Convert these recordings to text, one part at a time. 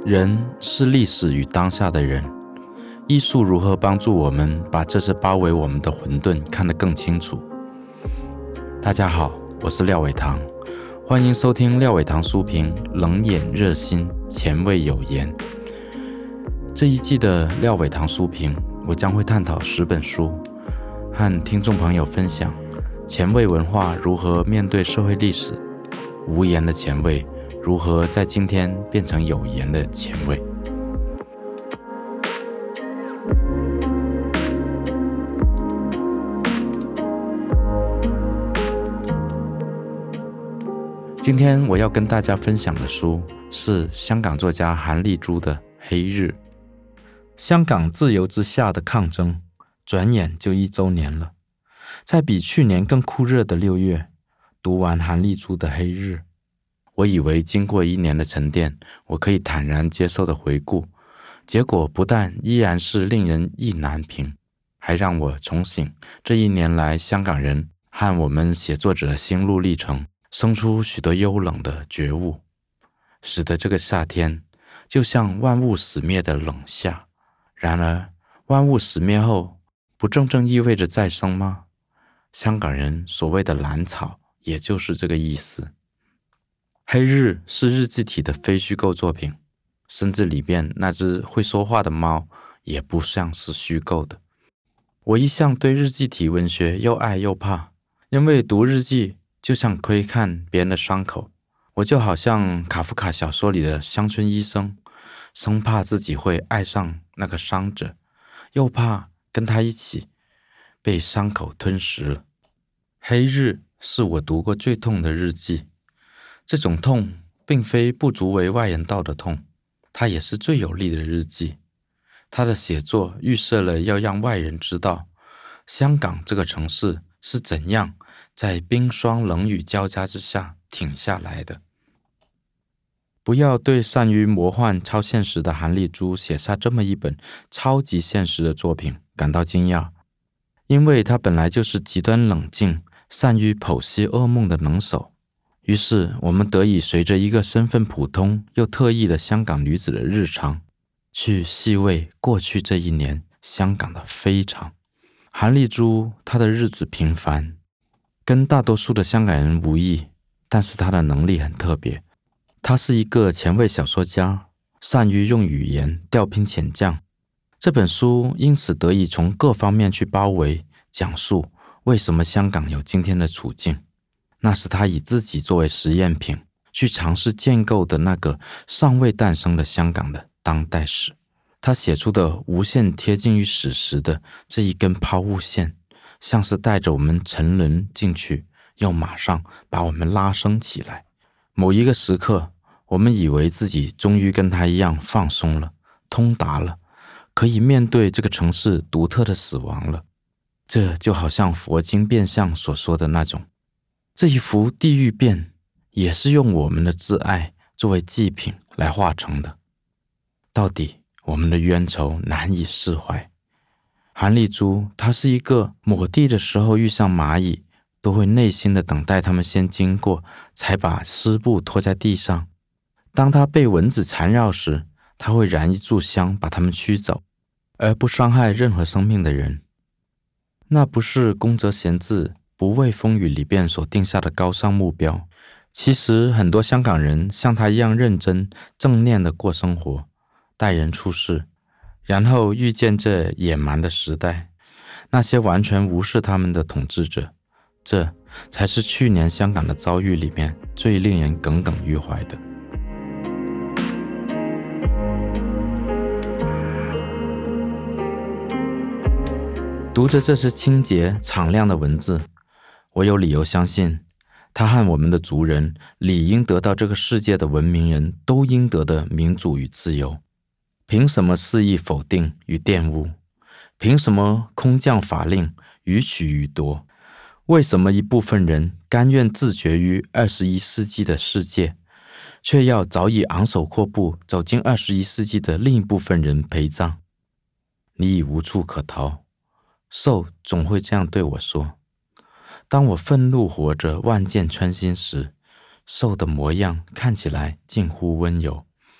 人是历史与当下的人，艺术如何帮助我们把这些包围我们的混沌看得更清楚？大家好，我是廖伟堂，欢迎收听廖伟堂书评冷眼热心，前卫有言。这一季的廖伟堂书评，我将会探讨10本书，和听众朋友分享前卫文化如何面对社会历史，无言的前卫如何在今天变成有言的前卫。今天我要跟大家分享的书是香港作家韩丽珠的《黑日》。香港自由之下的抗争，转眼就1周年了。在比去年更酷热的6月，读完韩丽珠的《黑日》，我以为经过1年的沉淀，我可以坦然接受的回顾，结果不但依然是令人意难平，还让我重醒这1年来香港人和我们写作者的心路历程，生出许多幽冷的觉悟，使得这个夏天就像万物死灭的冷夏。然而万物死灭后，不正正意味着再生吗？香港人所谓的蓝草也就是这个意思。黑日是日记体的非虚构作品，甚至里边那只会说话的猫也不像是虚构的。我一向对日记体文学又爱又怕，因为读日记就像窥看别人的伤口，我就好像卡夫卡小说里的乡村医生，生怕自己会爱上那个伤者，又怕跟他一起被伤口吞噬了。黑日是我读过最痛的日记，这种痛并非不足为外人道的痛，它也是最有力的日记。他的写作预设了要让外人知道香港这个城市是怎样在冰霜冷雨交加之下挺下来的。不要对善于魔幻超现实的韩丽珠写下这么一本超级现实的作品感到惊讶，因为她本来就是极端冷静、善于剖析噩梦的能手。于是我们得以随着一个身份普通又特异的香港女子的日常，去细味过去这1年香港的非常。韩丽珠她的日子平凡，跟大多数的香港人无异，但是她的能力很特别。她是一个前卫小说家，善于用语言调兵遣将。这本书因此得以从各方面去包围讲述为什么香港有今天的处境，那是他以自己作为实验品去尝试建构的那个尚未诞生的香港的当代史。他写出的无限贴近于史实的这一根抛物线，像是带着我们沉沦进去，又马上把我们拉升起来。某一个时刻，我们以为自己终于跟他一样放松了，通达了，可以面对这个城市独特的死亡了。这就好像佛经变相所说的那种，这一幅地狱变也是用我们的挚爱作为祭品来化成的。到底我们的冤仇难以释怀。韩丽珠她是一个抹地的时候遇上蚂蚁都会内心的等待他们先经过，才把湿布拖在地上。当他被蚊子缠绕时，他会燃一炷香把它们驱走，而不伤害任何生命的人。那不是宫泽贤治不畏风雨里边所定下的高尚目标。其实很多香港人像他一样认真正念的过生活，待人处事，然后遇见这野蛮的时代，那些完全无视他们的统治者，这才是去年香港的遭遇里面最令人耿耿于怀的。读着这些清洁敞亮的文字，我有理由相信他和我们的族人理应得到这个世界的文明人都应得的民主与自由。凭什么肆意否定与玷污？凭什么空降法令，予取予夺？为什么一部分人甘愿自绝于21世纪的世界，却要早已昂首阔步走进21世纪的另一部分人陪葬？你已无处可逃。兽总会这样对我说。当我愤怒活着万箭穿心时，兽的模样看起来近乎温柔。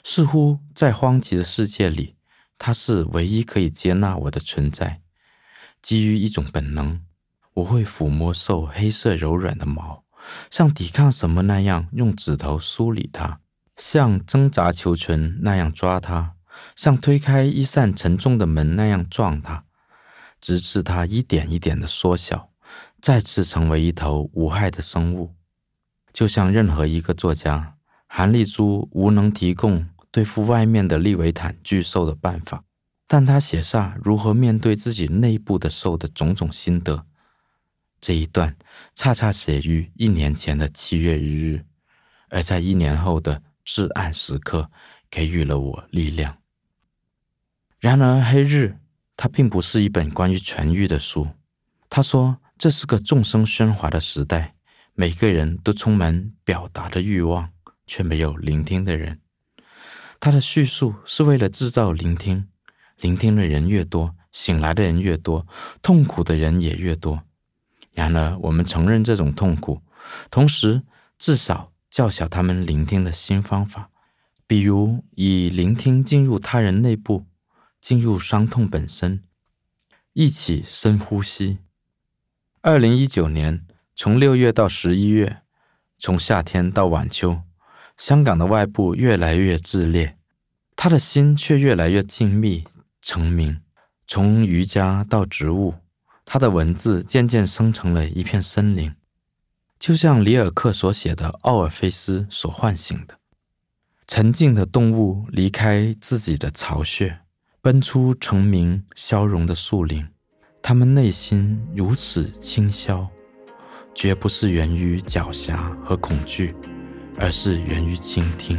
似乎在荒寂的世界里，它是唯一可以接纳我的存在。基于一种本能，我会抚摸兽黑色柔软的毛，像抵抗什么那样用指头梳理它，像挣扎求存那样抓它，像推开一扇沉重的门那样撞它，直至它一点一点的缩小，再次成为一头无害的生物。就像任何一个作家，韩立珠无能提供对付外面的利维坦巨兽的办法，但他写下如何面对自己内部的兽的种种心得。这一段恰恰写于1年前的7月1日，而在1年后的至暗时刻给予了我力量。然而黑日它并不是一本关于痊愈的书。他说这是个众声喧哗的时代，每个人都充满表达的欲望，却没有聆听的人。他的叙述是为了制造聆听，聆听的人越多，醒来的人越多，痛苦的人也越多。然而我们承认这种痛苦，同时至少教晓他们聆听的新方法，比如以聆听进入他人内部，进入伤痛本身，一起深呼吸。2019年，从6月到11月，从夏天到晚秋，香港的外部越来越炽烈，他的心却越来越静谧澄明。从瑜伽到植物，他的文字渐渐生成了一片森林，就像里尔克所写的奥尔菲斯所唤醒的。沉静的动物离开自己的巢穴，奔出澄明消融的树林，他们内心如此清消，绝不是源于狡黠和恐惧，而是源于倾听。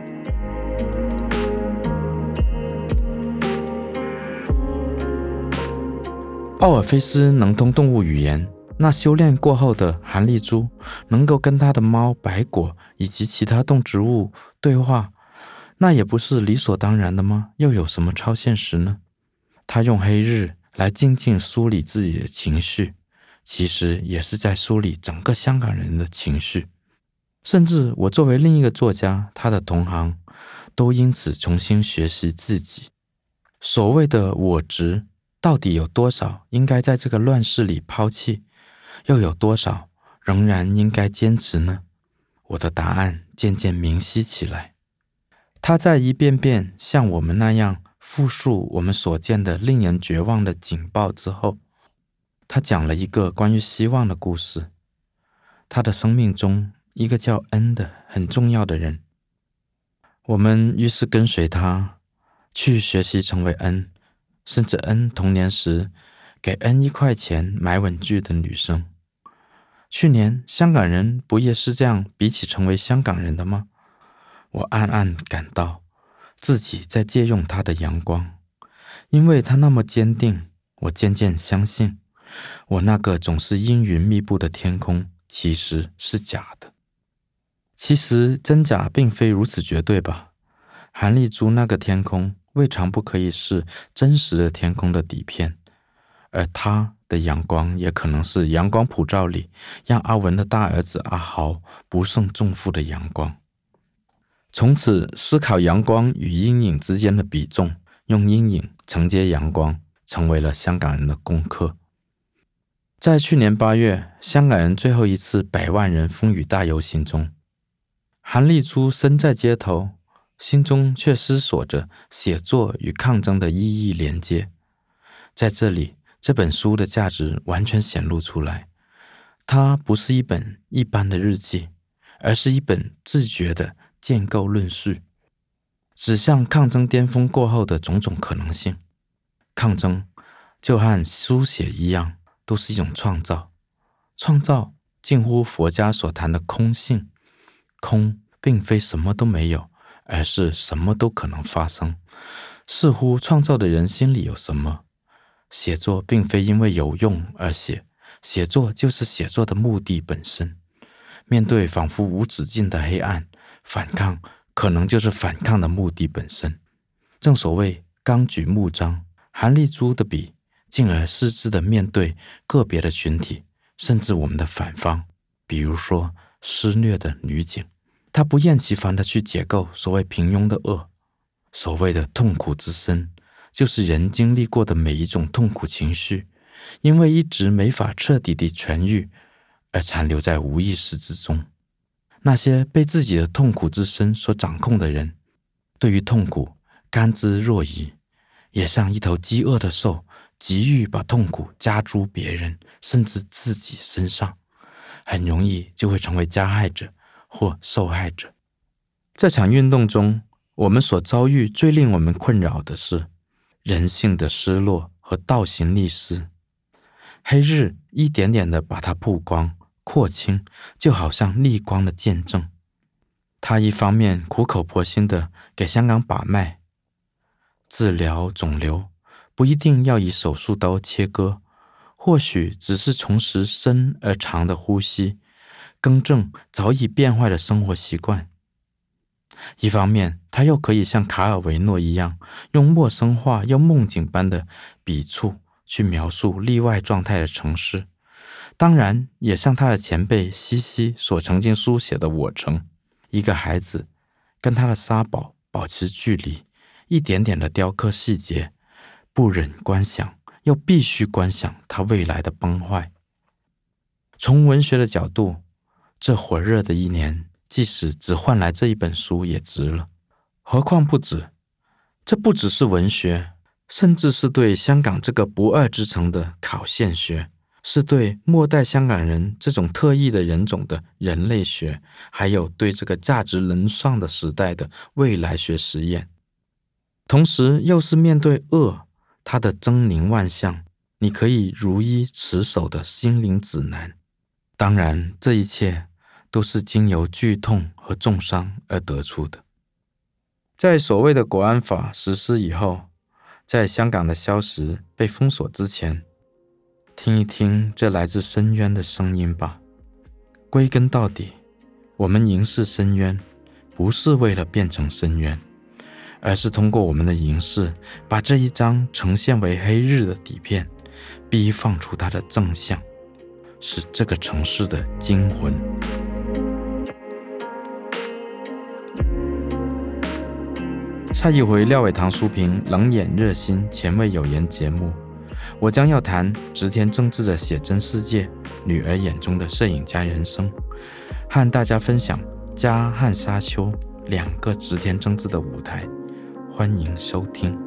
奥尔菲斯能通动物语言，那修炼过后的韩立珠能够跟他的猫白果以及其他动植物对话，那也不是理所当然的吗？又有什么超现实呢？他用黑日来静静梳理自己的情绪，其实也是在梳理整个香港人的情绪。甚至我作为另一个作家，他的同行都因此重新学习自己。所谓的我执到底有多少应该在这个乱世里抛弃，又有多少仍然应该坚持呢？我的答案渐渐明晰起来。他在一遍遍像我们那样复述我们所见的令人绝望的警报之后，他讲了一个关于希望的故事。他的生命中一个叫恩的很重要的人，我们于是跟随他去学习成为恩，甚至恩童年时给恩1块钱买文具的女生。去年香港人不也是这样比起成为香港人的吗？我暗暗感到自己在借用他的阳光，因为他那么坚定，我渐渐相信我那个总是阴云密布的天空其实是假的。其实真假并非如此绝对吧。韩立珠那个天空未尝不可以是真实的天空的底片，而他的阳光也可能是阳光普照里让阿文的大儿子阿豪不胜重负的阳光。从此思考阳光与阴影之间的比重，用阴影承接阳光，成为了香港人的功课。在去年8月，香港人最后一次100万人风雨大游行中，韩立珠身在街头，心中却思索着写作与抗争的意义连接。在这里，这本书的价值完全显露出来。它不是一本一般的日记，而是一本自觉的建构论述，指向抗争巅峰过后的种种可能性。抗争就和书写一样，都是一种创造。创造近乎佛家所谈的空性。空并非什么都没有，而是什么都可能发生。似乎创造的人心里有什么。写作并非因为有用而写，写作就是写作的目的本身。面对仿佛无止境的黑暗，反抗可能就是反抗的目的本身。正所谓纲举目张，韩立珠的笔进而矢志地面对个别的群体，甚至我们的反方，比如说施虐的女警。他不厌其烦地去解构所谓平庸的恶， 所谓的痛苦之深，就是人经历过的每一种痛苦情绪，因为一直没法彻底地痊愈，而残留在无意识之中。那些被自己的痛苦之深所掌控的人，对于痛苦甘之若饴，也像一头饥饿的兽，急于把痛苦加诸别人，甚至自己身上，很容易就会成为加害者或受害者。这场运动中，我们所遭遇最令我们困扰的是人性的失落和倒行逆施。黑日一点点地把它曝光廓清，就好像逆光的见证。他一方面苦口婆心地给香港把脉，治疗肿瘤不一定要以手术刀切割，或许只是重拾深而长的呼吸，更正早已变坏的生活习惯。一方面，他又可以像卡尔维诺一样，用陌生化又梦境般的笔触去描述例外状态的城市，当然也像他的前辈西西所曾经书写的我城，一个孩子跟他的沙堡保持距离，一点点的雕刻细节，不忍观想又必须观想他未来的崩坏。从文学的角度，这火热的一年，即使只换来这一本书也值了。何况不止，这不只是文学，甚至是对香港这个不二之城的考现学，是对末代香港人这种特异的人种的人类学，还有对这个价值沦丧的时代的未来学实验。同时又是面对恶，它的狰狞万象，你可以如一持守的心灵指南。当然，这一切都是经由剧痛和重伤而得出的。在所谓的国安法实施以后，在香港的消食被封锁之前，听一听这来自深渊的声音吧。归根到底，我们凝视深渊，不是为了变成深渊，而是通过我们的凝视，把这一张呈现为黑日的底片，逼放出它的正向，是这个城市的精魂。下一回廖伟棠书评冷眼热心前卫有言节目，我将要谈植田正治的写真世界，女儿眼中的摄影家人生，和大家分享家和沙丘两个植田正治的舞台，欢迎收听。